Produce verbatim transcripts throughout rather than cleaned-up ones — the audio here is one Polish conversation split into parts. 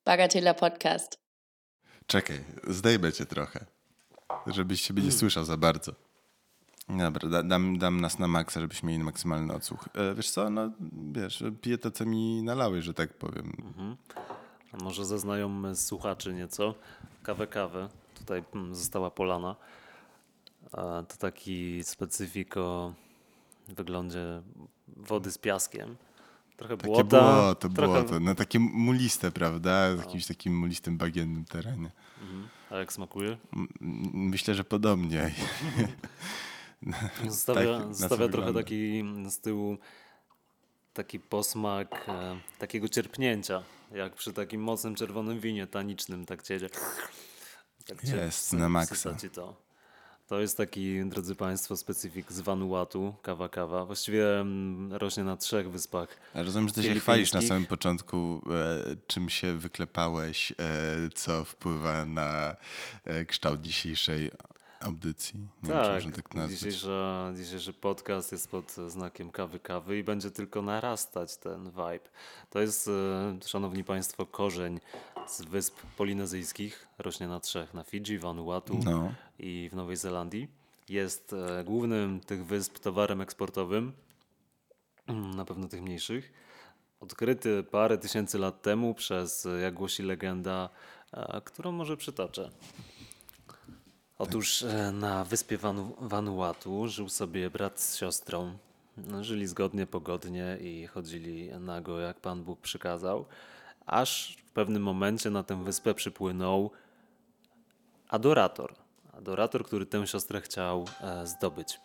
Bagatela Podcast. Czekaj, zdejmę cię trochę, żebyś siebie nie słyszał za bardzo. Dobra, da, dam, dam nas na maksa, żebyśmy mieli maksymalny odsłuch. E, wiesz co, no wiesz, piję to, co mi nalałeś, że tak powiem. Mhm. A może zaznajommy słuchaczy nieco. Kawę, kawę. Tutaj mm, została polana. A to taki specyfik o wyglądzie wody z piaskiem. Trochę Takie błota. błoto, trochę... błoto. No takie muliste, prawda? W jakimś takim mulistym, bagiennym terenie. Mhm. A jak smakuje? M- Myślę, że podobnie. Zostawia, Tak, na co zostawia trochę wygląda. taki z tyłu taki posmak e, takiego cierpnięcia, jak przy takim mocnym czerwonym winie tanicznym, tak cię tak cię Jest, wsy- na maksa. wsysa ci to. To jest taki, drodzy Państwo, specyfik z Vanuatu, kawa kawa. Właściwie mm, rośnie na trzech wyspach. Ja rozumiem, że ty się chwalisz na samym początku, e, czym się wyklepałeś, e, co wpływa na e, kształt dzisiejszej audycji. Nie wiem, czy Tak, można tak nazwać. dzisiejsza, dzisiejszy podcast jest pod znakiem kawy kawy i będzie tylko narastać ten vibe. To jest, e, szanowni Państwo, korzeń z wysp polinezyjskich. Rośnie na trzech, na Fidżi, Vanuatu No. i w Nowej Zelandii. Jest e, głównym tych wysp towarem eksportowym, mm, na pewno tych mniejszych. Odkryty parę tysięcy lat temu przez, e, jak głosi legenda, e, którą może przytoczę. Otóż e, na wyspie Vanu, Vanuatu żył sobie brat z siostrą. No, żyli zgodnie, pogodnie i chodzili nago, jak Pan Bóg przykazał. Aż w pewnym momencie na tę wyspę przypłynął adorator. Adorator, który tę siostrę chciał e, zdobyć.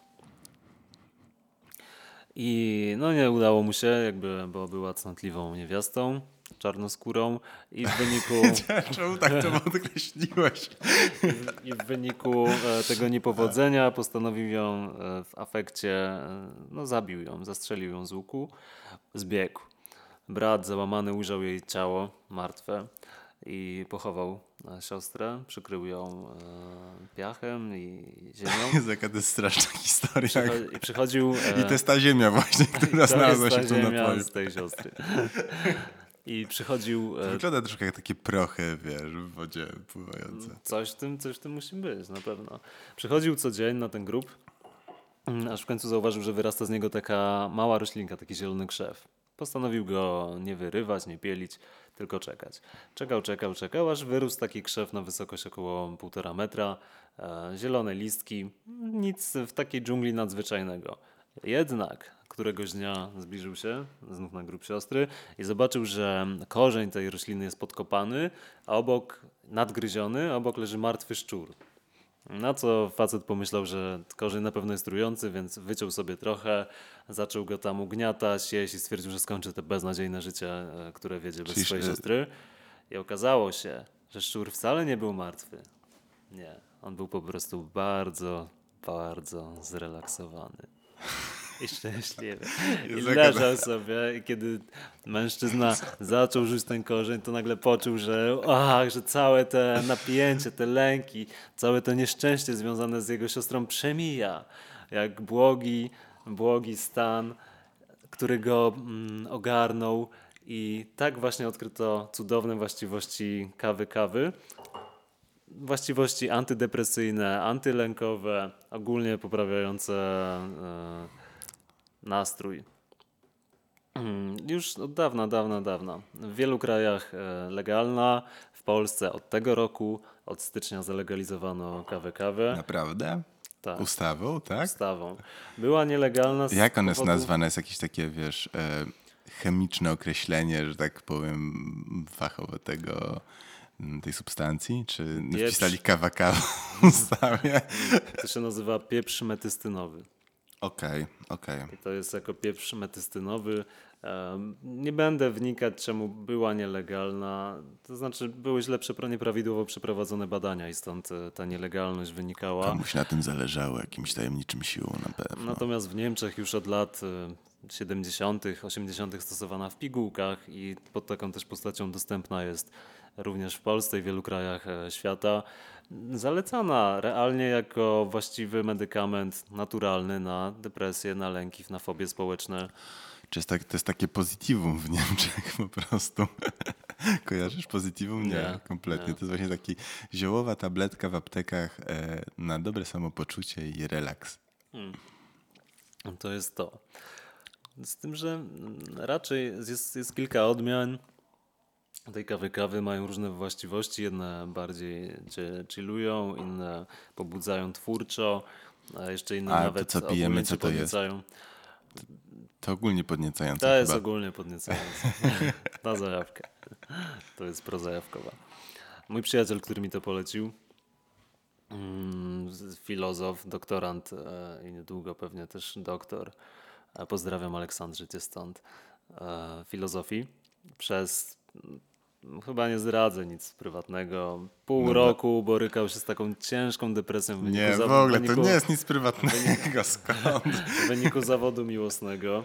I no nie udało mu się, jakby, bo była cnotliwą niewiastą, czarnoskórą i w wyniku... Czemu tak to podkreśliłeś? I w wyniku e, tego niepowodzenia postanowił ją e, w afekcie, e, no zabił ją, zastrzelił ją z łuku, zbiegł. Brat załamany ujrzał jej ciało martwe i pochował e, siostrę, przykrył ją e, piachem i ziemią. Jest jaka to jest straszna historia. Przycho- I przychodził... E, I to jest ta ziemia właśnie, która to znalazła jest się ta tu na ziemia polu. z tej siostry. I przychodził... E, Wygląda troszkę jak takie prochy, wiesz, w wodzie pływające. Coś w tym, coś w tym musi być, na pewno. Przychodził co dzień na ten grób, mm, aż w końcu zauważył, że wyrasta z niego taka mała roślinka, taki zielony krzew. Postanowił go nie wyrywać, nie pielić, tylko czekać. Czekał, czekał, czekał, aż wyrósł taki krzew na wysokość około półtora metra. E, zielone listki, nic w takiej dżungli nadzwyczajnego. Jednak któregoś dnia zbliżył się znów na grób siostry i zobaczył, że korzeń tej rośliny jest podkopany, a obok nadgryziony, a obok leży martwy szczur. Na co facet pomyślał, że korzeń na pewno jest trujący, więc wyciął sobie trochę, zaczął go tam ugniatać, jeść i stwierdził, że skończy te beznadziejne życie, e, które wiedzie bez Czyli- swojej siostry. I okazało się, że szczur wcale nie był martwy. Nie, on był po prostu bardzo, bardzo zrelaksowany. I szczęśliwy. I Jest leżał sobie i kiedy mężczyzna zaczął rzucić ten korzeń, to nagle poczuł, że, ach, że całe te napięcie, te lęki, całe to nieszczęście związane z jego siostrą przemija. Jak błogi, błogi stan, który go mm, ogarnął i tak właśnie odkryto cudowne właściwości kawy kawy. Właściwości antydepresyjne, antylękowe, ogólnie poprawiające e, nastrój. Mm, Już od dawna, dawna, dawna. W wielu krajach e, legalna, w Polsce od tego roku, od stycznia zalegalizowano kawę kawę. Naprawdę? Tak, Ustawą, tak? ustawą. Była nielegalna z Jak on jest powodu- nazwane? Jest jakieś takie, wiesz, e, chemiczne określenie, że tak powiem, fachowe tego, m, tej substancji? Czy wpisali kawa kawa w ustawie? To się nazywa pieprz metystynowy. Okej, okej. I to jest jako pieprz metystynowy. Em, Nie będę wnikać, czemu była nielegalna. To znaczy, były źle przepra- nieprawidłowo przeprowadzone badania i stąd e, ta nielegalność wynikała. Komuś na tym zależało, jakimś tajemniczym siłą na pewno. Natomiast w Niemczech już od lat e, siedemdziesiątych, osiemdziesiątych stosowana w pigułkach i pod taką też postacią dostępna jest również w Polsce i w wielu krajach e, świata. Zalecana realnie jako właściwy medykament naturalny na depresję, na lęki, na fobie społeczne. Czy jest tak, to jest takie pozytywum w Niemczech po prostu. Kojarzysz Positivum? Nie, Nie, kompletnie. nie. To jest właśnie taki ziołowa tabletka w aptekach e, na dobre samopoczucie i relaks. To jest to. Z tym, że mm, raczej jest, jest kilka odmian tej kawy. Kawy mają różne właściwości. Jedne bardziej cię chillują, inne pobudzają twórczo, a jeszcze inne A to, nawet co pijemy, ogólnie co cię to jest? podniecają. To ogólnie podniecające To jest chyba. ogólnie podniecające. Na zajawkę. To jest prozajawkowa. Mój przyjaciel, który mi to polecił, mm, z- filozof, doktorant e, i niedługo pewnie też doktor. E, Pozdrawiam, Aleksandrzycie stąd. E, Filozofii. Przez mm, chyba nie zdradzę nic prywatnego. Pół Dobra. roku borykał się z taką ciężką depresją w wyniku, Nie, w zawo- ogóle to wyniku, nie jest nic prywatnego. Skąd? w wyniku zawodu miłosnego.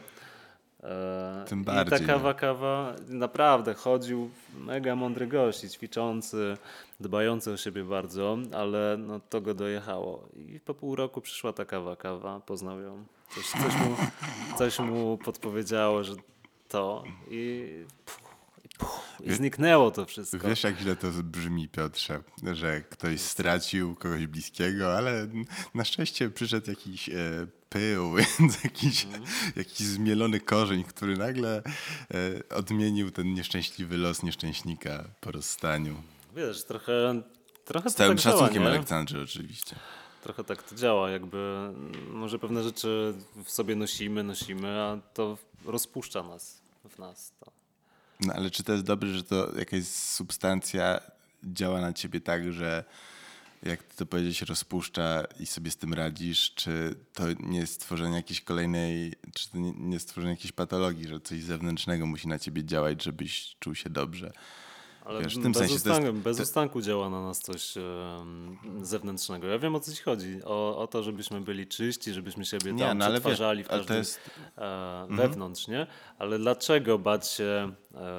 E, Tym I bardziej, ta kawa, kawa, naprawdę chodził, mega mądry gość, i ćwiczący, dbający o siebie bardzo, ale no, to go dojechało. I po pół roku przyszła ta kawa, kawa, poznał ją. Coś, coś, mu, coś mu podpowiedziało, że to i, i, i zniknęło to wszystko. Wiesz, jak źle to brzmi, Piotrze, że ktoś stracił kogoś bliskiego, ale na szczęście przyszedł jakiś e, pył, więc jakiś, Mhm. jakiś zmielony korzeń, który nagle e, odmienił ten nieszczęśliwy los nieszczęśnika po rozstaniu. Wiesz, trochę, trochę Z to całym tak działa, szacunkiem nie? Aleksandrze oczywiście. Trochę tak to działa, jakby mm, może pewne rzeczy w sobie nosimy, nosimy, a to rozpuszcza nas, w nas. To. No ale czy to jest dobre, że to jakaś substancja działa na ciebie tak, że jak ty to powiedzieć, rozpuszcza i sobie z tym radzisz, czy to nie jest stworzenie jakiejś kolejnej, czy to nie nie jest stworzenie jakiejś patologii, że coś zewnętrznego musi na ciebie działać, żebyś czuł się dobrze. Ale Wiesz, w tym bez, sensie to jest- ustanku, bez to- ustanku działa na nas coś em, zewnętrznego. Ja wiem, o co ci chodzi. O, o to, żebyśmy byli czyści, żebyśmy siebie Nie, tam no ale wiesz, przetwarzali w ale to każdym jest- e, wewnątrz, nie? Ale dlaczego bać się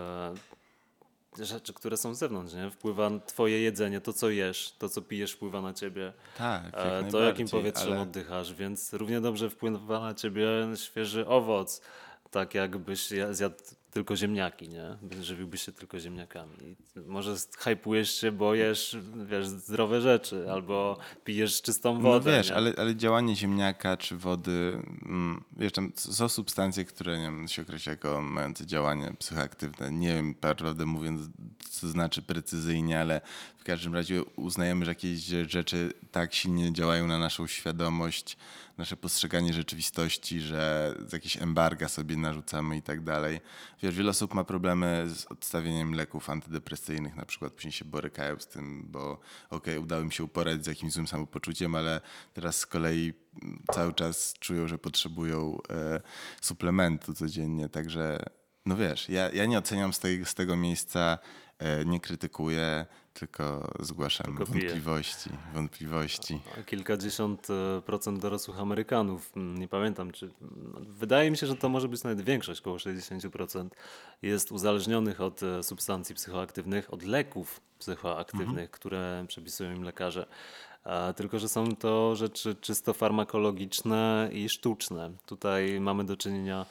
e, rzeczy, które są z zewnątrz, nie? Wpływa na twoje jedzenie, to co jesz, to co pijesz wpływa na ciebie. Tak, jak E, To najbardziej, jakim powietrzem ale- oddychasz, więc równie dobrze wpływa na ciebie świeży owoc, tak jakbyś ja- zjadł tylko ziemniaki, nie? Żywiłbyś się tylko ziemniakami. I może hypujesz się, bo jesz, wiesz, zdrowe rzeczy, albo pijesz czystą No wodę, wiesz, nie? ale, ale działanie ziemniaka czy wody, mm, wiesz, tam są substancje, które nie wiem, się określa jako mające działanie psychoaktywne. Nie wiem, prawdę mówiąc, co znaczy precyzyjnie, ale w każdym razie uznajemy, że jakieś rzeczy tak silnie działają na naszą świadomość, nasze postrzeganie rzeczywistości, że z jakieś embarga sobie narzucamy i tak dalej. Wiesz, wiele osób ma problemy z odstawieniem leków antydepresyjnych, na przykład później się borykają z tym, bo okej, udało im się uporać z jakimś złym samopoczuciem, ale teraz z kolei cały czas czują, że potrzebują e, suplementu codziennie, także no wiesz, ja, ja nie oceniam z, tej, z tego miejsca, e, nie krytykuję, tylko zgłaszam Tylko piję. wątpliwości, wątpliwości. Kilkadziesiąt e, procent dorosłych Amerykanów, mm, nie pamiętam czy, mm, wydaje mi się, że to może być nawet większość, około sześćdziesiąt procent jest uzależnionych od e, substancji psychoaktywnych, od leków psychoaktywnych, które przepisują im lekarze. A, tylko, że są to rzeczy czysto farmakologiczne i sztuczne. Tutaj mamy do czynienia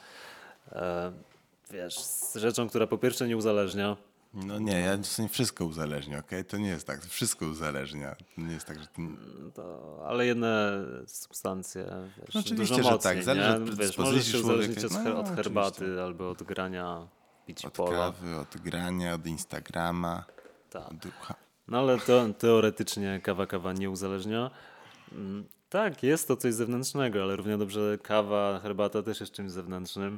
e, wiesz, z rzeczą, która po pierwsze nie uzależnia. No nie, ja w sumie wszystko uzależnia, okej? To nie jest tak, wszystko uzależnia. To nie jest tak, że... To... To, ale jedne substancje, wiesz, No oczywiście, dużo że mocniej, tak, zależy nie? od Wiesz, predyspozycji możesz się uzależnić od, człowieka. her- No, od herbaty oczywiście. albo od grania, pić Od pola. kawy, od grania, od Instagrama, Tak. od ducha. No ale to teoretycznie kawa kawa nie uzależnia. Mm, Tak, jest to coś zewnętrznego, ale równie dobrze kawa, herbata też jest czymś zewnętrznym.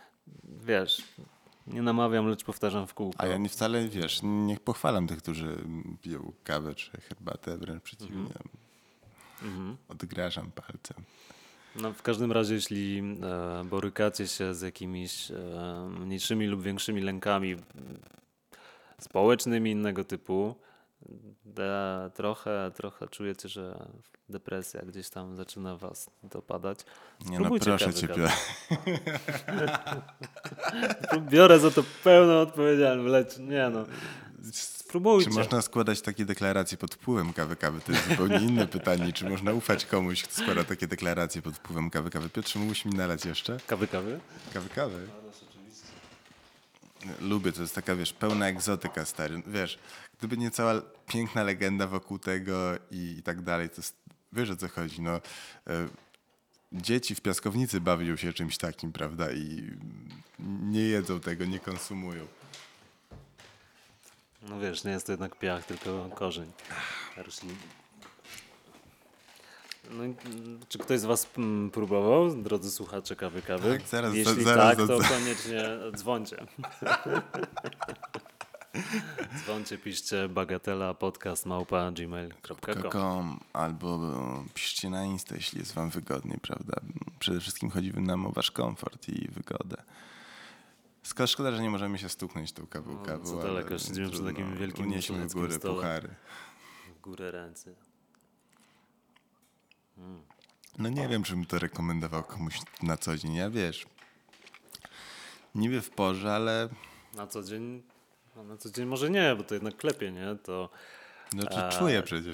Wiesz, nie namawiam, lecz powtarzam w kółko. A ja nie wcale, wiesz, nie pochwalam tych, którzy piją kawę czy herbatę, wręcz przeciwnie. Mhm. Odgrażam palcem. No, w każdym razie, jeśli e, borykacie się z jakimiś e, mniejszymi lub większymi lękami m, społecznymi innego typu, de, trochę, trochę czujecie, że depresja gdzieś tam zaczyna was dopadać. Nie no, Spróbujcie proszę kawy, cię, kawy. Piotr. Biorę za to pełną odpowiedzialność, lecz nie no. Spróbujcie. Czy można składać takie deklaracje pod wpływem kawy kawy? To jest zupełnie inne pytanie. Czy można ufać komuś, kto składa takie deklaracje pod wpływem kawy kawy? Piotrze, mógłbyś mi nalać jeszcze? Kawy, kawy? Kawy kawy? Lubię, to jest taka, wiesz, pełna egzotyka, stary. Wiesz, gdyby nie cała piękna legenda wokół tego i, i tak dalej, to jest, wiesz o co chodzi, no. E, dzieci w piaskownicy bawią się czymś takim, prawda, i nie jedzą tego, nie konsumują. No wiesz, nie jest to jednak piach, tylko korzeń rośliny. No, i, mm, czy ktoś z was mm, próbował, drodzy słuchacze kawy kawy? Tak, zaraz, Jeśli zaraz, tak, to zaraz. koniecznie dzwońcie. Dzwońcie, piszcie bagatela podcast małpa gmail kropka com. Com, albo piszcie na Insta, jeśli jest wam wygodniej, prawda? Przede wszystkim chodzi nam o wasz komfort i wygodę. Szkoda, szkoda, że nie możemy się stuknąć tą kawą No, kawą. co daleko, siedzimy przy takim wielkim unieśmy w niemieckim górę stole. puchary. W górę ręce. No nie wiem, czy bym to rekomendował komuś na co dzień. Ja wiesz, niby w porze, ale Na co dzień, no na co dzień może nie, bo to jednak klepie, nie? To, no, czy A- czuję przecież.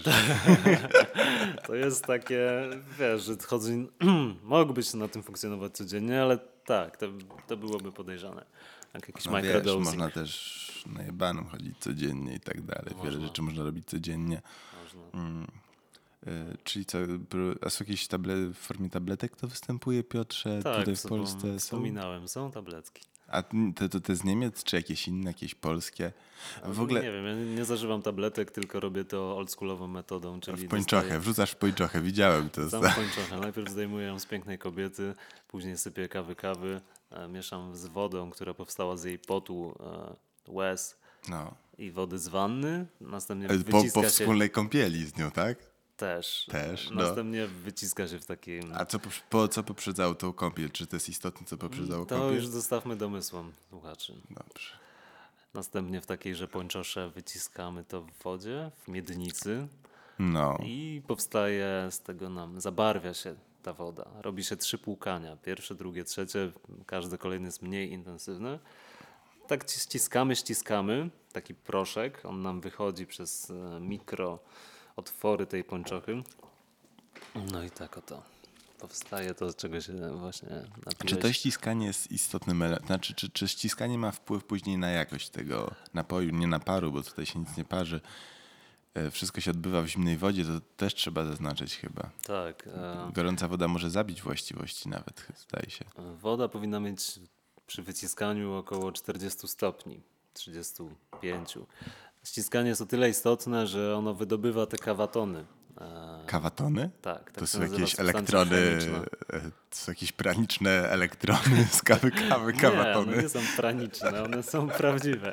to jest takie, wiesz, że chodzeń mógłby się na tym funkcjonować codziennie, ale tak, to, to byłoby podejrzane. Jak jakiś No wiesz, microdosing. można też na jebaną chodzić codziennie i tak dalej. Wiele Można. rzeczy można robić codziennie. Można. Mm. Y, czyli co, pro- a są jakieś table, w formie tabletek to występuje, Piotrze, Tak, tutaj w co Polsce są? wspominałem, są tabletki. A to, to, to z Niemiec, czy jakieś inne, jakieś polskie? A w ogóle Nie wiem, ja nie zażywam tabletek, tylko robię to oldschoolową metodą, czyli w pończochę, wrzucasz w pończochę, widziałem to. Sam pończochę. Najpierw zdejmuję ją z pięknej kobiety, później sypię kawy kawy, e, mieszam z wodą, która powstała z jej potu, e, łez No. i wody z wanny. Następnie Po, wyciska po się wspólnej kąpieli z nią, tak? też. Też, no. Następnie wyciska się w takim... A co, poprze- po, co poprzedzało tą kąpiel? Czy to jest istotne, co poprzedzało To kąpiel? już zostawmy domysłom słuchaczy. Dobrze. Następnie w takiejże pończosze wyciskamy to w wodzie, w miednicy No. i powstaje z tego nam, zabarwia się ta woda. Robi się trzy płukania. Pierwsze, drugie, trzecie. Każdy kolejny jest mniej intensywny. Tak ci- ściskamy, ściskamy. Taki proszek. On nam wychodzi przez e, mikro otwory tej pończochy. No i tak oto powstaje to, czego się właśnie napiłeś. Czy to ściskanie jest istotnym elementem? Znaczy, czy, czy ściskanie ma wpływ później na jakość tego napoju, nie naparu, bo tutaj się nic nie parzy. E, Wszystko się odbywa w zimnej wodzie, to też trzeba zaznaczyć chyba. Tak. E, Gorąca woda może zabić właściwości nawet, zdaje się. woda powinna mieć przy wyciskaniu około czterdzieści stopni, trzydzieści pięć. Ściskanie jest o tyle istotne, że ono wydobywa te kawatony. E, Kawatony? tak, tak To się są nazywa jakieś substancja elektrony, chemiczna. e, to są jakieś praniczne elektrony z kawy, kawy, Nie, kawatony. one nie są praniczne, one są prawdziwe.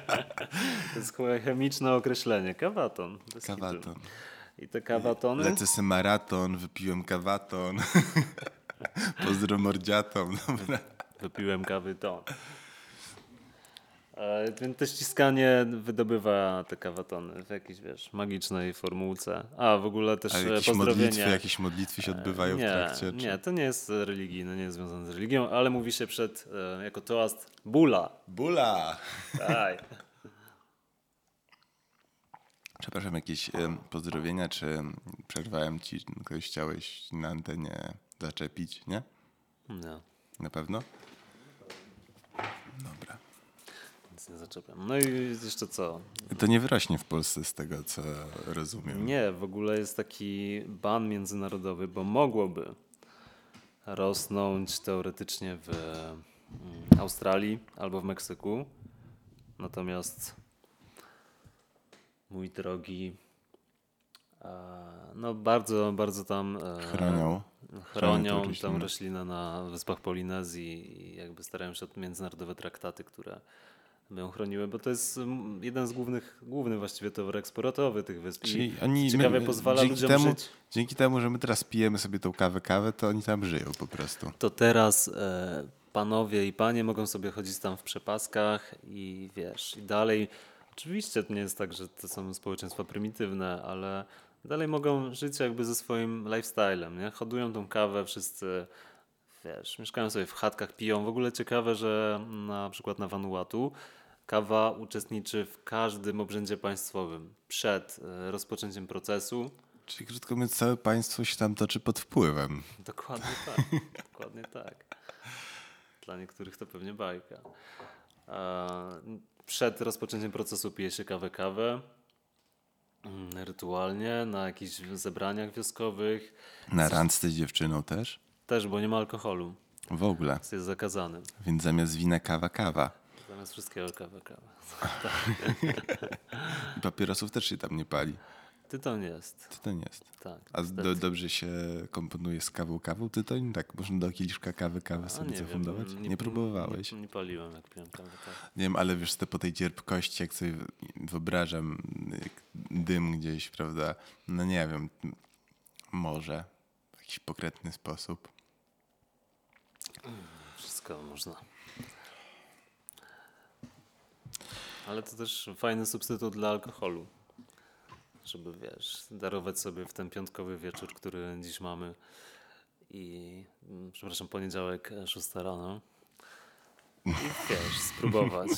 To jest chyba chemiczne określenie. Kawaton. bez kitu. Kawaton. I te kawatony... Lecę se maraton, wypiłem kawaton. Pozdro mordziatom. Dobra. Wypiłem kawy ton. E, Więc to ściskanie wydobywa te kawatony w jakiejś, wiesz, magicznej formułce. A w ogóle też A e, jakieś pozdrowienie. modlitwy, jakieś modlitwy się odbywają w nie, trakcie? Czy... nie, to nie jest religijne, nie jest związane z religią, ale mówi się przed, e, jako toast, bula. Bula! Daj. Przepraszam, jakieś em, pozdrowienia, czy przerwałem ci, kogoś chciałeś na antenie zaczepić, nie? Nie, Na pewno? Dobra. nic nie zaczepiam. No i jeszcze co? To nie wyrośnie w Polsce z tego, co rozumiem. Nie, w ogóle jest taki ban międzynarodowy, bo mogłoby rosnąć teoretycznie w mm, Australii albo w Meksyku. Natomiast mój drogi, e, no bardzo, bardzo tam e, Chronią. chronią tą tę roślinę. roślinę na Wyspach Polinezji i jakby starają się o międzynarodowe traktaty, które by ją chroniły, bo to jest mm, jeden z głównych, główny właściwie towar eksportowy tych wysp. Czyli I oni, ciekawie my, pozwala dzięki ludziom temu, żyć. Dzięki temu, że my teraz pijemy sobie tą kawę, kawę, to oni tam żyją po prostu. To teraz e, panowie i panie mogą sobie chodzić tam w przepaskach i wiesz, i dalej. Oczywiście to nie jest tak, że to są społeczeństwa prymitywne, ale dalej mogą żyć jakby ze swoim lifestylem, nie? Hodują tą kawę wszyscy, wiesz, mieszkają sobie w chatkach, piją. W ogóle ciekawe, że na przykład na Vanuatu kawa uczestniczy w każdym obrzędzie państwowym przed e, rozpoczęciem procesu. Czyli krótko mówiąc, całe państwo się tam toczy pod wpływem. Dokładnie tak. Dokładnie tak. Dla niektórych to pewnie bajka. Przed rozpoczęciem procesu pije się kawę kawę. Rytualnie, na jakichś zebraniach wioskowych. Na randce z dziewczyną też? Też, bo nie ma alkoholu. W ogóle. Jest, jest zakazany. Więc zamiast wina kawa, kawa. Zamiast wszystkiego kawa kawa. I papierosów też się tam nie pali. Tytoń jest. Tytoń jest. Tak. A do, dobrze się komponuje z kawą kawą tytoń? Tak, można do kieliszka kawy kawę sobie nie zafundować? Wiem, nie, nie próbowałeś? Nie, nie paliłem, jak piłem kawę. Tak. Nie wiem, ale wiesz, te po tej cierpkości, jak sobie wyobrażam jak dym gdzieś, prawda? No nie wiem, może w jakiś pokretny sposób. Wszystko można. Ale to też fajny substytut dla alkoholu. Żeby, wiesz, darować sobie w ten piątkowy wieczór, który dziś mamy. I, przepraszam, poniedziałek, szósta rano. I wiesz, spróbować.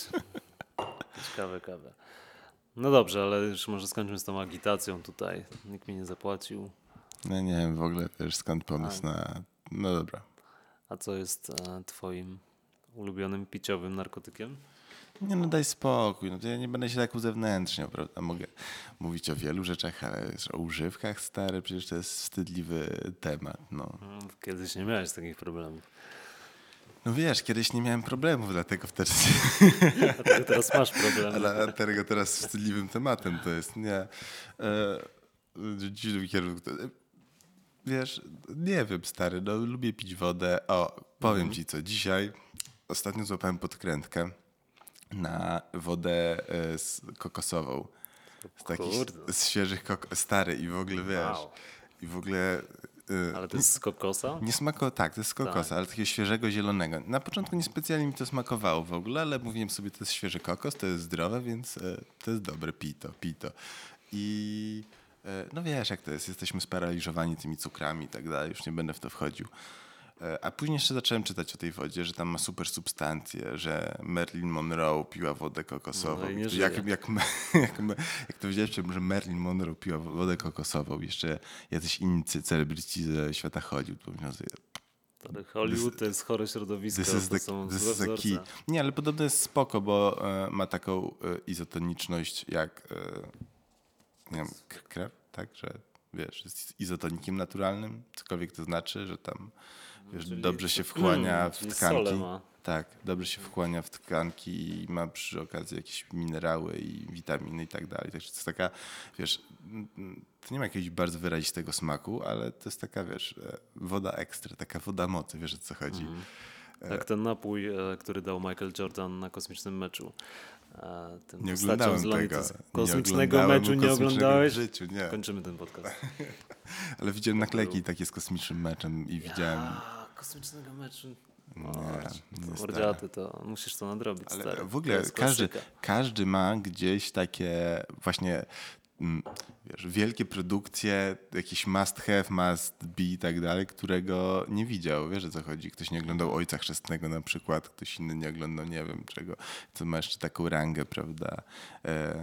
Pić kawę, kawę. No dobrze, ale już może skończmy z tą agitacją tutaj. Nikt mi nie zapłacił. No nie wiem w ogóle też skąd pomysł A. na... No dobra. A co jest e, twoim ulubionym piciowym narkotykiem? Nie no daj spokój, no to ja nie będę się tak uzewnętrzniał, prawda? Mogę mówić o wielu rzeczach, ale o używkach stary, przecież to jest wstydliwy temat, no. Kiedyś nie miałeś takich problemów. No wiesz, kiedyś nie miałem problemów, dlatego wtedy... Dlatego teraz masz problem. Ale dlatego teraz wstydliwym tematem to jest, nie... E, dziwnym kierunku. Wiesz, nie wiem stary, no lubię pić wodę. O, powiem mhm. ci co, dzisiaj ostatnio złapałem podkrętkę na wodę e, z kokosową. Z takich z świeżych kokosów. Stary i w ogóle wiesz. Wow. I w ogóle. E, ale to jest z kokosa? Nie smakowało, tak, to jest z kokosa, tak. Ale takiego świeżego, zielonego. Na początku niespecjalnie mi to smakowało w ogóle, ale mówiłem sobie, to jest świeży kokos, to jest zdrowe, więc e, to jest dobre, pij to, pij to. I e, no wiesz jak to jest, jesteśmy sparaliżowani tymi cukrami i tak dalej, już nie będę w to wchodził. A później jeszcze zacząłem czytać o tej wodzie, że tam ma super substancje, że Marilyn Monroe piła wodę kokosową. No i nie jak, jak, jak, jak, jak, jak to wiedziałeś, że Marilyn Monroe piła wodę kokosową, jeszcze jacyś inni celebryci ze świata chodził. To Hollywood to jest chore środowisko, to the, są złe wzorce. Nie, ale podobno jest spoko, bo e, ma taką e, izotoniczność jak e, nie wiem, krew, tak, że wiesz, jest izotonikiem naturalnym, cokolwiek to znaczy, że tam wiesz, dobrze się wchłania w tkanki. Tak, dobrze się wchłania w tkanki i ma przy okazji jakieś minerały i witaminy i tak dalej. Także to jest taka, wiesz, to nie ma jakiegoś bardzo wyrazistego smaku, ale to jest taka, wiesz, woda ekstra, taka woda mocy, wiesz o co chodzi. Mm. Tak, ten napój, który dał Michael Jordan na kosmicznym meczu. Tym nie oglądałem tego. Kosmicznego nie meczu nie oglądałeś? W życiu, nie. Kończymy ten podcast. Ale widziałem naklejki takie z kosmicznym meczem i ja, widziałem... Kosmicznego meczu. Nie, Mordziaty, to musisz to nadrobić. Ale stary. w ogóle każdy, każdy ma gdzieś takie właśnie wiesz, wielkie produkcje, jakiś must have, must be i tak dalej, którego nie widział. Wiesz o co chodzi? Ktoś nie oglądał Ojca Chrzestnego na przykład, ktoś inny nie oglądał nie wiem czego, co ma jeszcze taką rangę, prawda, e,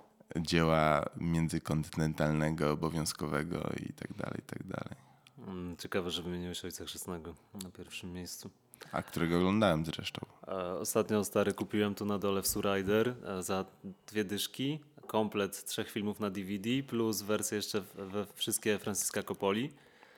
dzieła międzykontynentalnego, obowiązkowego i tak dalej, i tak dalej. Ciekawe, że wymieniłeś Ojca Chrzestnego na pierwszym miejscu. A którego oglądałem zresztą. Ostatnio stary kupiłem tu na dole w Surrider za dwie dyszki komplet trzech filmów na D V D plus wersję jeszcze we wszystkie Franciska Coppoli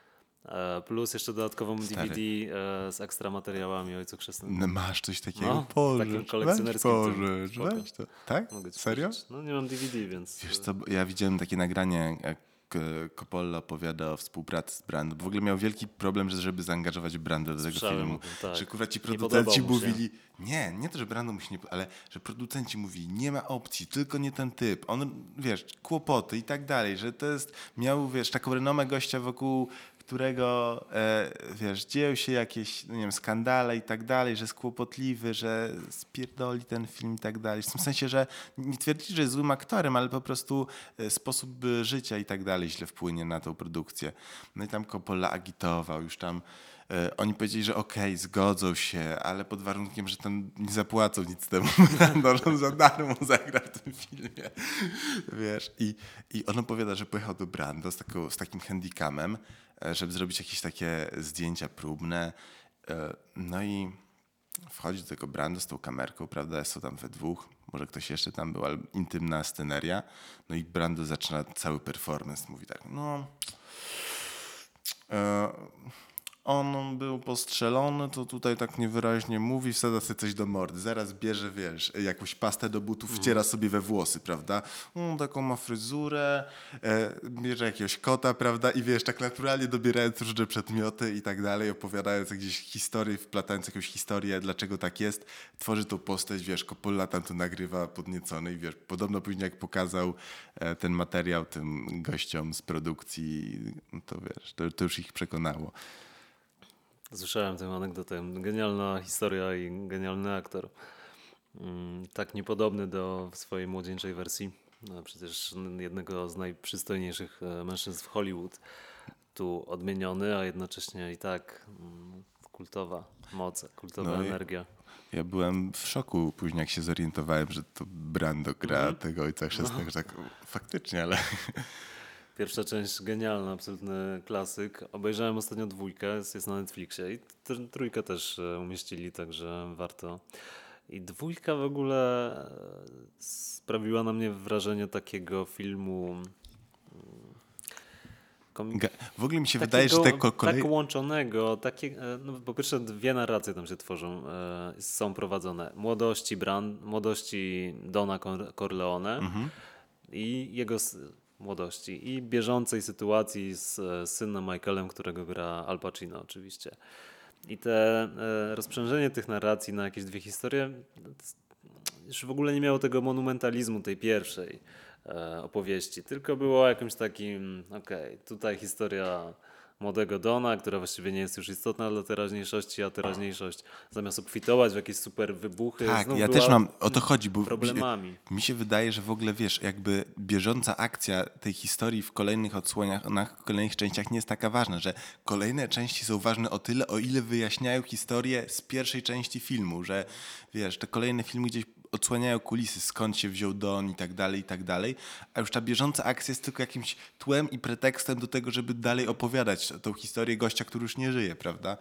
plus jeszcze dodatkową stary. D V D z ekstra materiałami Ojcu Chrzestnego. No masz coś takiego? No, pożycz, takim kolekcjonerskim. Pożycz, weź to. Tak? Mogę ci Serio? Pożyczyć. No nie mam D V D, więc... Wiesz co, ja widziałem takie nagranie, jak Coppola opowiada o współpracy z Brando. W ogóle miał wielki problem, żeby zaangażować Brando do tego Słyszałem filmu. Tym, tak. Że kurwa ci producenci mówili, nie, nie to, że Brando musi nie, ale że producenci mówili, nie ma opcji, tylko nie ten typ. On, wiesz, kłopoty i tak dalej, że to jest, miał, wiesz, taką renomę gościa, wokół którego, e, wiesz, dzieją się jakieś, no nie wiem, skandale i tak dalej, że jest kłopotliwy, że spierdoli ten film i tak dalej. W tym sensie, że nie twierdzi, że jest złym aktorem, ale po prostu sposób życia i tak dalej źle wpłynie na tą produkcję. No i tam Coppola agitował, już tam e, oni powiedzieli, że okej, okay, zgodzą się, ale pod warunkiem, że tam nie zapłacą nic temu, że on za darmo zagra w tym filmie. Wiesz, i, i on opowiada, że pojechał do Brando z, taką, z takim handicamem, żeby zrobić jakieś takie zdjęcia próbne. No i wchodzi do tego Brando z tą kamerką, prawda, jest to tam we dwóch, może ktoś jeszcze tam był, ale intymna sceneria. No i Brando zaczyna cały performance, mówi tak, no... E, on był postrzelony, to tutaj tak niewyraźnie mówi, wsadza sobie coś do mordy. Zaraz bierze, wiesz, jakąś pastę do butów, wciera sobie we włosy, prawda? Mm, taką ma fryzurę, e, bierze jakiegoś kota, prawda? I wiesz, tak naturalnie dobierając różne przedmioty i tak dalej, opowiadając jakieś historie, wplatając jakąś historię, dlaczego tak jest, tworzy tą postać, wiesz, Coppola tam to nagrywa podniecony i wiesz, podobno później jak pokazał e, ten materiał tym gościom z produkcji, to wiesz, to, to już ich przekonało. Słyszałem tę anegdotę. Genialna historia i genialny aktor. Mm, Tak niepodobny do swojej młodzieńczej wersji. No, przecież jednego z najprzystojniejszych e, mężczyzn w Hollywood. Tu odmieniony, a jednocześnie i tak mm, kultowa moc, kultowa No i- energia. Ja byłem w szoku później, jak się zorientowałem, że to Brando gra tego ojca chrzestnego, że tak faktycznie, ale Pierwsza część genialna, absolutny klasyk. Obejrzałem ostatnio dwójkę, jest jest na Netflixie i tr- trójkę też e, umieścili, także warto. I dwójka w ogóle e, sprawiła na mnie wrażenie takiego filmu kom- ga- w ogóle mi się takiego, wydaje, że te ko- kolej... tak łączonego, takie, e, no, po pierwsze dwie narracje tam się tworzą, e, są prowadzone. Młodości Brand, młodości Dona Cor- Corleone i jego s- młodości i bieżącej sytuacji z e, synem Michaelem, którego gra Al Pacino oczywiście. I te e, rozprzężenie tych narracji na jakieś dwie historie już w ogóle nie miało tego monumentalizmu tej pierwszej e, opowieści, tylko było jakimś takim, okej, tutaj historia młodego Dona, która właściwie nie jest już istotna dla teraźniejszości, a teraźniejszość zamiast obfitować w jakieś super wybuchy, Tak, znów ja była też mam, o to chodzi, bo problemami. Mi, mi się wydaje, że w ogóle, wiesz, jakby bieżąca akcja tej historii w kolejnych odsłoniach, na kolejnych częściach nie jest taka ważna, że kolejne części są ważne o tyle, o ile wyjaśniają historię z pierwszej części filmu, że wiesz, te kolejne filmy gdzieś odsłaniają kulisy, skąd się wziął Don i tak dalej, i tak dalej, a już ta bieżąca akcja jest tylko jakimś tłem i pretekstem do tego, żeby dalej opowiadać tą historię gościa, który już nie żyje, prawda?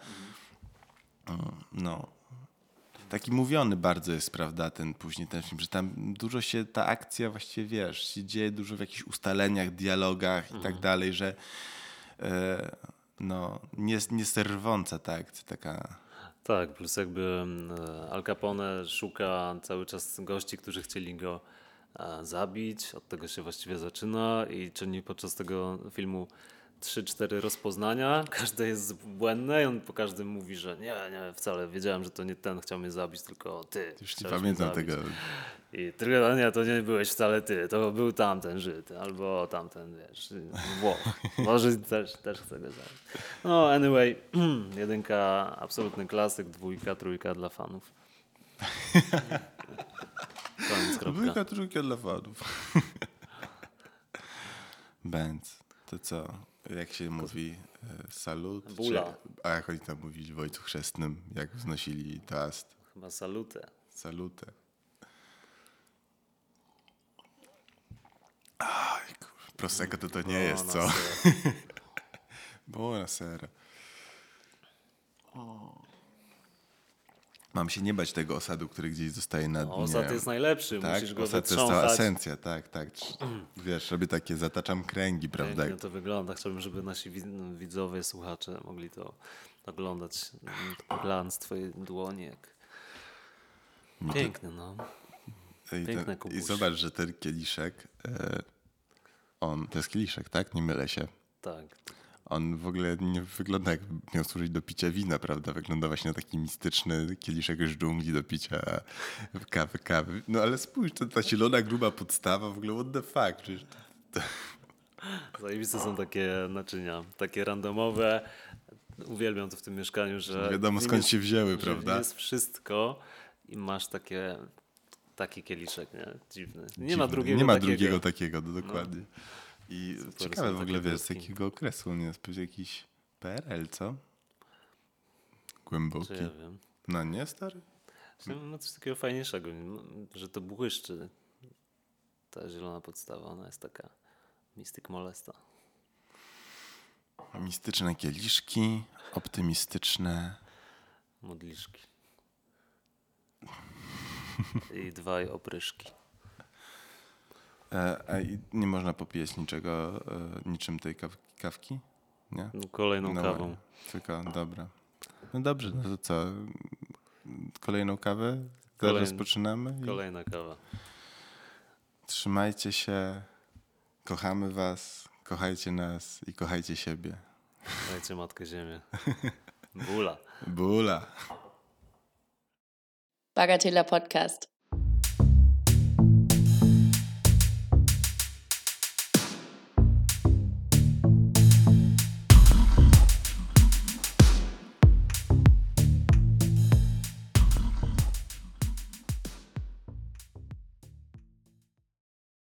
No. Taki mówiony bardzo jest, prawda, ten później ten film, że tam dużo się, ta akcja właściwie, wiesz, się dzieje dużo w jakichś ustaleniach, dialogach i tak dalej, że e, no, nie, nie jest rwąca ta akcja, taka... Tak, plus jakby e, Al Capone szuka cały czas gości, którzy chcieli go e, zabić. Od tego się właściwie zaczyna i czyni podczas tego filmu trzy, cztery rozpoznania. Każde jest błędne i on po każdym mówi, że nie, nie, wcale wiedziałem, że to nie ten chciał mnie zabić, tylko ty. Już nie chciałeś mnie pamiętam zabić. tego. I tylko no nie, to nie byłeś wcale ty, to był tamten Żyd, albo tamten, wiesz, Włoch. Może też, też chcę go zabić. No anyway, jedynka, absolutny klasyk, dwójka, trójka dla fanów. Koniec, kropka. Dwójka, trójka dla fanów. Benz, to co? Jak się mówi? E, Salut? Bula. Czy, a jak oni tam mówili w Ojcu Chrzestnym, jak wznosili toast? Chyba salutę. Salutę. Aj, kur- Prosecco to to nie jest, co? Buonasera. Buonasera. Mam się nie bać tego osadu, który gdzieś zostaje na dnie. No, osad jest najlepszy, Tak, musisz go osad to jest cała wytrząchać. esencja, tak, tak. Wiesz, robię takie, zataczam kręgi, prawda? Pięknie to wygląda. Chciałbym, żeby nasi wi- widzowie, słuchacze mogli to oglądać. Mm, Glans twojej dłoni. Jak... Piękny, no. I, piękne, ten, Kubuś. I zobacz, że ten kieliszek, e, on, to jest kieliszek, tak? Nie mylę się. Tak. On w ogóle nie wygląda jak miał służyć do picia wina, prawda? Wygląda właśnie na taki mistyczny kieliszek z dżungli do picia kawy, kawy. No ale spójrz, to ta zielona, gruba podstawa, w ogóle what the fuck? Przecież to, Zajebiste są takie naczynia, takie randomowe. Uwielbiam to w tym mieszkaniu, że nie wiadomo w nim skąd jest, się wzięły, że w nim prawda? jest wszystko i masz takie, taki kieliszek, nie? Dziwny. Nie Dziwne. ma drugiego Nie ma takiego. drugiego takiego, no, dokładnie. I Super ciekawe są w ogóle, takie wiesz, z wioski. jakiego okresu on jest, pewnie jakiś P R L, co? Głęboki. Czy ja wiem. No nie, stary? Ma coś takiego fajniejszego, że to błyszczy. Ta zielona podstawa, ona jest taka Mystic Molesta. Mistyczne kieliszki, optymistyczne Modliszki. I dwaj opryszki. E, a i nie można popijać niczego, e, niczym tej kaw- kawki? Nie? No, kolejną No, kawą. Tylko, dobra. No dobrze, no to co? Kolejną kawę? Zaraz Kolejn- rozpoczynamy? I Kolejna kawa. trzymajcie się, kochamy was, kochajcie nas i kochajcie siebie. Dajcie Matkę Ziemię. Bula. Bula. Bagatela Podcast.